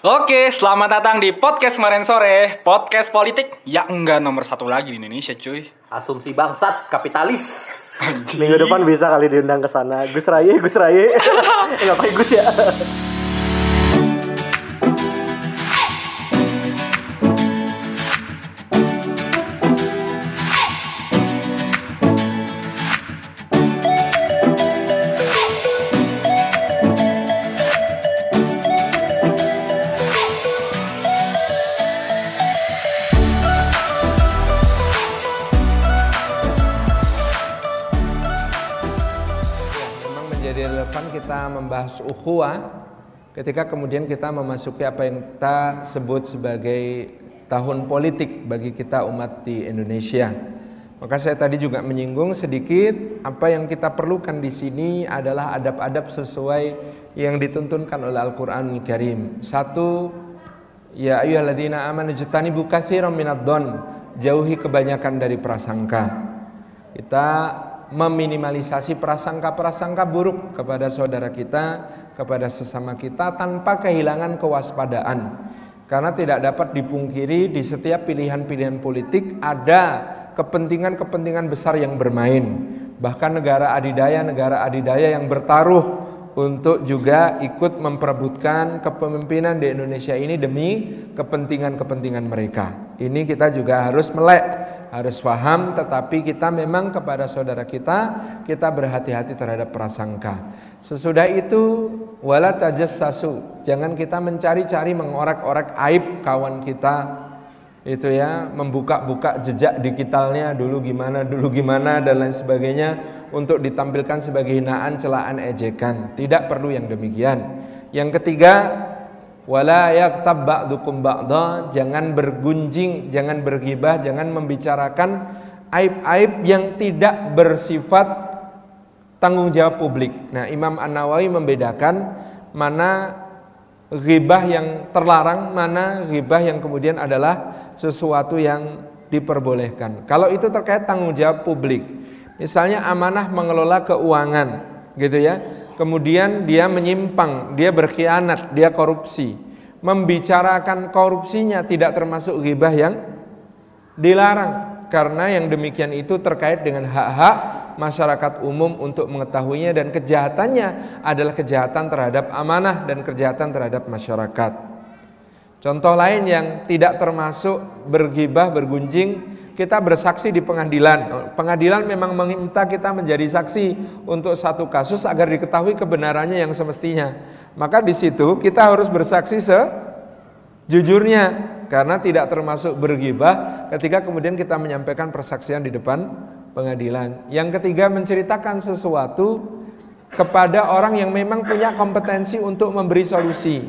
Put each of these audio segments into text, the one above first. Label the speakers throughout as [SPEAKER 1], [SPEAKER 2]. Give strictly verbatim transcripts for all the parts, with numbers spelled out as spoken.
[SPEAKER 1] Oke, selamat datang di podcast kemarin sore. Podcast politik yang enggak nomor satu lagi di Indonesia, cuy.
[SPEAKER 2] Asumsi bangsat, kapitalis.
[SPEAKER 1] Anjing.
[SPEAKER 3] Minggu depan bisa kali diundang ke sana. Gus Raye, Gus Raye. Enggak pakai Gus ya.
[SPEAKER 4] Jadi relevan kita membahas ukhuwah ketika kemudian kita memasuki apa yang kita sebut sebagai tahun politik bagi kita umat di Indonesia. Maka saya tadi juga menyinggung sedikit apa yang kita perlukan di sini adalah adab-adab sesuai yang dituntunkan oleh Al-Qur'anul Karim. Satu, ya ayyuhalladzina amanu jtanibu katsiran minadh-dhonn, jauhi kebanyakan dari prasangka. Kita meminimalisasi prasangka-prasangka buruk kepada saudara kita, kepada sesama kita tanpa kehilangan kewaspadaan. Karena tidak dapat dipungkiri di setiap pilihan-pilihan politik ada kepentingan-kepentingan besar yang bermain. Bahkan negara adidaya, negara adidaya yang bertaruh untuk juga ikut memperebutkan kepemimpinan di Indonesia ini demi kepentingan-kepentingan mereka. Ini kita juga harus melek, harus paham, tetapi kita memang kepada saudara kita, kita berhati-hati terhadap prasangka. Sesudah itu, wala tajassasu, jangan kita mencari-cari mengorek-orek aib kawan kita, itu ya, membuka-buka jejak digitalnya dulu gimana, dulu gimana dan lain sebagainya untuk ditampilkan sebagai hinaan, celaan, ejekan. Tidak perlu yang demikian. Yang ketiga, wala yaghtab ba'dukum ba'dha, jangan bergunjing, jangan berghibah, jangan membicarakan aib-aib yang tidak bersifat tanggung jawab publik. Nah, Imam An-Nawawi membedakan mana ghibah yang terlarang, mana ghibah yang kemudian adalah sesuatu yang diperbolehkan. Kalau itu terkait tanggung jawab publik, misalnya amanah mengelola keuangan, gitu ya. Kemudian dia menyimpang, dia berkhianat, dia korupsi. Membicarakan korupsinya tidak termasuk ghibah yang dilarang. Karena yang demikian itu terkait dengan hak-hak masyarakat umum untuk mengetahuinya, dan kejahatannya adalah kejahatan terhadap amanah dan kejahatan terhadap masyarakat. Contoh lain yang tidak termasuk berghibah, bergunjing, kita bersaksi di pengadilan. Pengadilan memang meminta kita menjadi saksi untuk satu kasus agar diketahui kebenarannya yang semestinya. Maka di situ kita harus bersaksi sejujurnya, karena tidak termasuk berghibah ketika kemudian kita menyampaikan persaksian di depan pengadilan. Yang ketiga, menceritakan sesuatu kepada orang yang memang punya kompetensi untuk memberi solusi.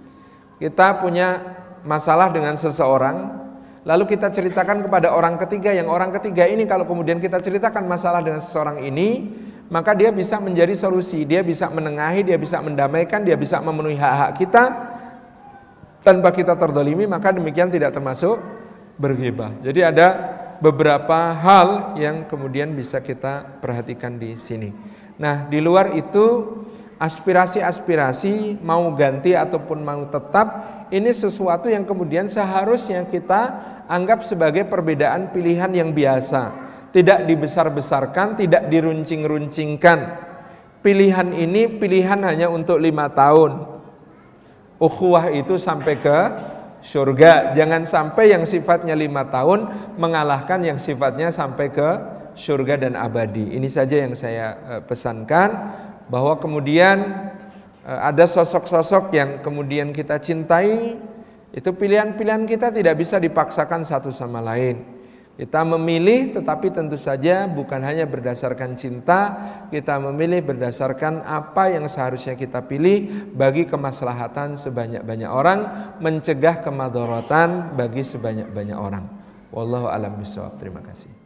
[SPEAKER 4] Kita punya masalah dengan seseorang, lalu kita ceritakan kepada orang ketiga, yang orang ketiga ini kalau kemudian kita ceritakan masalah dengan seseorang ini, maka dia bisa menjadi solusi, dia bisa menengahi, dia bisa mendamaikan, dia bisa memenuhi hak-hak kita tanpa kita terdolimi, maka demikian tidak termasuk berghibah. Jadi ada beberapa hal yang kemudian bisa kita perhatikan di sini. Nah, di luar itu aspirasi-aspirasi mau ganti ataupun mau tetap, ini sesuatu yang kemudian seharusnya kita anggap sebagai perbedaan pilihan yang biasa, tidak dibesar-besarkan, tidak diruncing-runcingkan. Pilihan ini pilihan hanya untuk lima tahun. Ukhuwah itu sampai ke surga. Jangan sampai yang sifatnya lima tahun mengalahkan yang sifatnya sampai ke surga dan abadi. Ini saja yang saya pesankan, bahwa kemudian ada sosok-sosok yang kemudian kita cintai, itu pilihan-pilihan kita tidak bisa dipaksakan satu sama lain. Kita memilih, tetapi tentu saja bukan hanya berdasarkan cinta, kita memilih berdasarkan apa yang seharusnya kita pilih bagi kemaslahatan sebanyak-banyak orang, mencegah kemadharatan bagi sebanyak-banyak orang. Wallahu a'lam bishawab. Terima kasih.